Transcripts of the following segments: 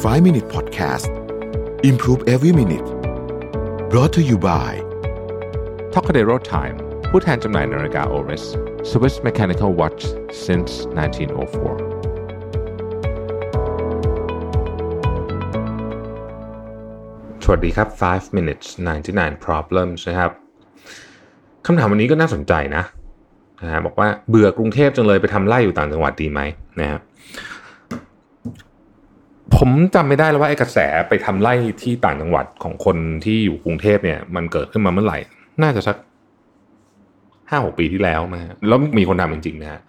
5 Minute Podcast Improve Every Minute Brought to you by Tocadero Time ผู้แทนจำหน่ายนาฬิกา Oris Swiss Mechanical Watch since 1904สวัสดีครับ5 minutes 99 problems นะครับคำถามวันนี้ก็น่าสนใจนะฮะบอกว่าเบื่อกรุงเทพจังเลยไปทำไร่อยู่ต่างจังหวัดดีไหมนะครับผมจำไม่ได้แล้วว่าไอ้กระแสไปทำไร่ที่ต่างจังหวัดของคนที่อยู่กรุงเทพเนี่ยมันเกิดขึ้นมาเมื่อไหร่น่าจะสัก 5-6 ปีที่แล้วนะฮะแล้วมีคนทำจริงๆนะฮะ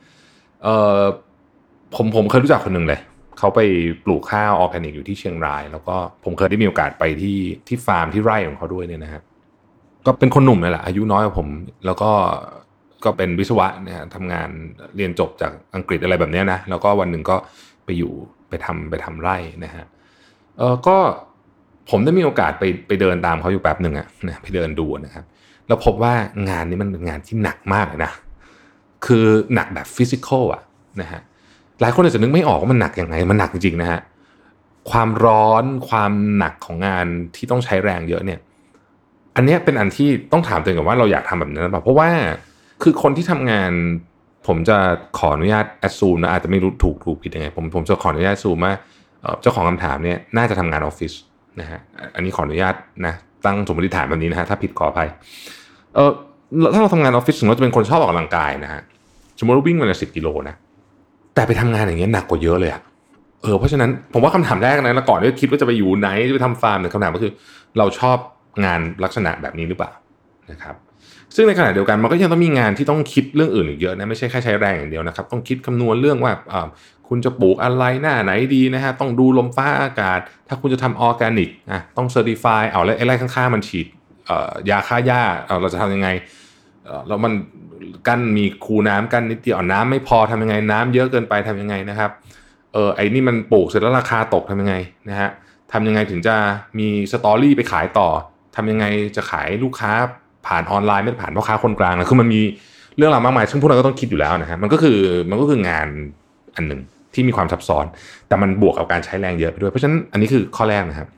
ผมเคยรู้จักคนหนึ่งเลยเขาไปปลูกข้าวออร์แกนิกอยู่ที่เชียงรายแล้วก็ผมเคยได้มีโอกาสไปที่ฟาร์มที่ไร่ของเขาด้วยเนี่ยนะฮะก็เป็นคนหนุ่มเลยแหละอายุน้อยกว่าผมแล้วก็เป็นวิศวะนะฮะทำงานเรียนจบจากอังกฤษอะไรแบบนี้นะแล้วก็วันหนึ่งก็ไปทำไร่นะฮะก็ผมได้มีโอกาสไปเดินตามเขาอยู่แป๊บหนึ่งนะไปเดินดูนะครับแล้วพบว่างานนี้มันเป็นงานที่หนักมากเลยนะคือหนักแบบฟิสิกอลนะฮะหลายคนอาจจะนึกไม่ออกว่ามันหนักยังไงมันหนักจริงๆนะฮะความร้อนความหนักของงานที่ต้องใช้แรงเยอะเนี่ยอันนี้เป็นอันที่ต้องถามตัวเองก่อนว่าเราอยากทำแบบนั้นหรือเปล่าเพราะว่าคือคนที่ทำงานผมจะขออนุญาตแอสซูมนะอาจจะไม่รู้ถูกผิดยังไงผมจะขออนุญาตแอสซูมว่าเจ้าของคำถามเนี่ยน่าจะทำงานออฟฟิศนะฮะอันนี้ขออนุญาตนะตั้งสมมติฐานแบบนี้นะฮะถ้าผิดขออภัยถ้าเราทำงานออฟฟิศถึงเราจะเป็นคนชอบออกกำลังกายนะฮะสมมติว่าวิ่งวันละ10 กิโลนะแต่ไปทำงานอย่างเงี้ยหนักกว่าเยอะเลยเพราะฉะนั้นผมว่าคำถามแรกนะแล้วก่อนที่จะคิดว่าจะไปอยู่ไหนจะไปทำฟาร์มเนี่ยคำถามก็คือเราชอบงานลักษณะแบบนี้หรือเปล่านะครับซึ่งในขณะเดียวกันมันก็ยังต้องมีงานที่ต้องคิดเรื่องอื่นอีกเยอะนะไม่ใช่แค่ใช้แรงอย่างเดียวนะครับต้องคิดคำนวณเรื่องว่าคุณจะปลูกอะไรหน้าไหนดีนะฮะต้องดูลมฟ้าอากาศถ้าคุณจะทำออร์แกนิกต้องเซอร์ติฟายแล้วไอ้ไร่ข้างๆมันฉีดยาฆ่าหญ้าเราจะทำยังไงแล้วมันกั้นมีคูน้ำกั้นนิดเดียวน้ำไม่พอทำยังไงน้ำเยอะเกินไปทำยังไงนะครับไอ้นี่มันปลูกเสร็จแล้วราคาตกทำยังไงนะฮะทำยังไงถึงจะมีสตอรี่ไปขายต่อทำยังไงจะขายลูกค้าผ่านออนไลน์ไม่ผ่านพ่อค้าคนกลางนะคือมันมีเรื่องราวมากมายซึ่งพวกเราก็ต้องคิดอยู่แล้วนะฮะมันก็คืองานอันหนึ่งที่มีความซับซ้อนแต่มันบวกกับการใช้แรงเยอะไปด้วยเพราะฉะนั้นอันนี้คือข้อแรกนะครับ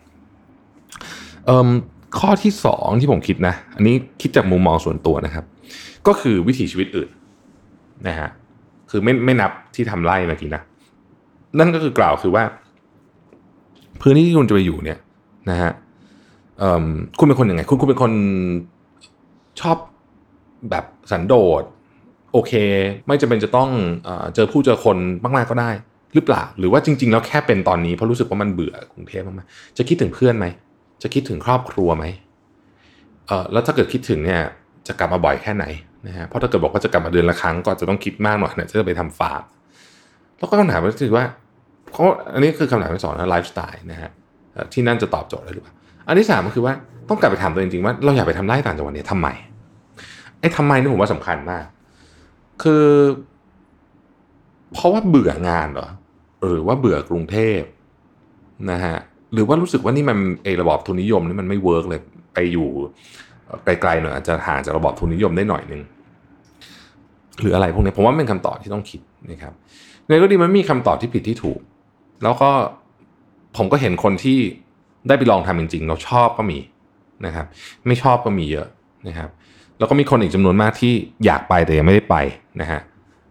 ข้อที่2ที่ผมคิดนะอันนี้คิดจากมุมมองส่วนตัวนะครับก็คือวิถีชีวิตอื่นนะฮะคือไม่นับที่ทำไร่เมื่อกี้นะนั่นก็คือกล่าวคือว่าพื้นที่ที่คุณจะไปอยู่เนี่ยนะฮะคุณเป็นคนยังไงคุณเป็นคนชอบแบบสันโดษโอเคไม่จำเป็นจะต้องเจอผู้เจอคนมากๆก็ได้หรือเปล่าหรือว่าจริงๆแล้วแค่เป็นตอนนี้เพราะรู้สึกว่ามันเบื่อกรุงเทพมากๆจะคิดถึงเพื่อนไหมจะคิดถึงครอบครัวไหมแล้วถ้าเกิดคิดถึงเนี่ยจะกลับมาบ่อยแค่ไหนนะฮะเพราะถ้าเกิดบอกว่าจะกลับมาเดือนละครั้งก็จะต้องคิดมากหน่อยนะจะไปทำฟาร์มแล้วก็คำถามก็คือว่าเพราะอันนี้คือคำถามที่2นะไลฟ์สไตล์นะฮะที่นั่นจะตอบโจทย์ได้หรือเปล่าอันที่3ก็คือว่าต้องกลับไปถามตัวเองจริงๆว่าเราอยากไปทำไร่ต่างจังหวัดเนี่ยทำไมทำไมนี่ผมว่าสำคัญมากคือเพราะว่าเบื่องานเหรอหรือว่าเบื่อกรุงเทพนะฮะหรือว่ารู้สึกว่านี่มันระบอบทุนนิยมนี่มันไม่เวิร์กเลยไปอยู่ไกลๆหน่อยอาจจะห่างจากระบอบทุนนิยมได้หน่อยนึงหรืออะไรพวกนี้ผมว่าเป็นคำตอบที่ต้องคิดนะครับในก็ดีมันมีคำตอบที่ผิดที่ถูกแล้วก็ผมก็เห็นคนที่ได้ไปลองทำจริงๆเราชอบก็มีนะครับไม่ชอบก็มีเยอะนะครับแล้วก็มีคนอีกจำนวนมากที่อยากไปแต่ยังไม่ได้ไปนะฮะ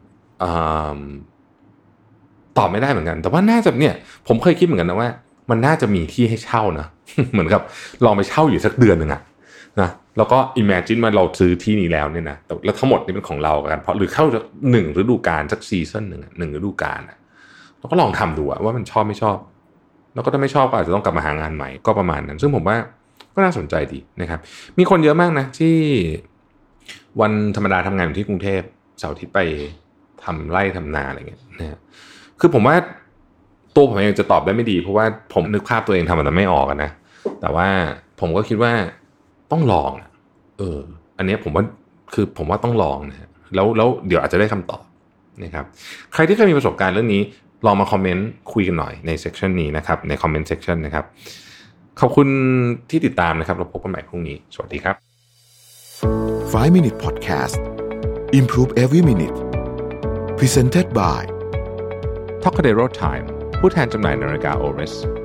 ตอบไม่ได้เหมือนกันแต่ว่าน่าจะเนี่ยผมเคยคิดเหมือนกันนะว่ามันน่าจะมีที่ให้เช่านะ เหมือนกับลองไปเช่าอยู่สักเดือนนึงนะแล้วก็ imagine ว่าเราซื้อที่นี้แล้วเนี่ยนะแล้วทั้งหมดนี่เป็นของเรากันเพราะหรือเข้าจาก1ฤดูกาลสักซีซั่น1ฤดูกาลเราก็ลองทำดูว่ามันชอบไม่ชอบแล้วก็ถ้าไม่ชอบก็อาจจะต้องกลับมาหางานใหม่ก็ประมาณนั้นซึ่งผมว่าก็น่าสนใจดีนะครับมีคนเยอะมากนะที่วันธรรมดาทำงานอยู่ที่กรุงเทพเสาร์อาทิตย์ไปทำไร่ทำนาอะไรเงี้ยนะคือผมว่าตัวผมเองจะตอบได้ไม่ดีเพราะว่าผมนึกภาพตัวเองทำมันไม่ออกนะแต่ว่าผมก็คิดว่าต้องลองอันนี้ผมว่าต้องลองนะฮะแล้วเดี๋ยวอาจจะได้คำตอบนะครับใครที่เคยมีประสบการณ์เรื่องนี้ลองมาคอมเมนต์คุยกันหน่อยในเซกชันนี้นะครับในคอมเมนต์เซกชันนะครับขอบคุณที่ติดตามนะครับเราพบกันใหม่พรุ่งนี้สวัสดีครับ 5 Minute Podcast Improve Every Minute Presented by Tocadero Time ผู้แทนจำหน่ายนาฬิกา Oris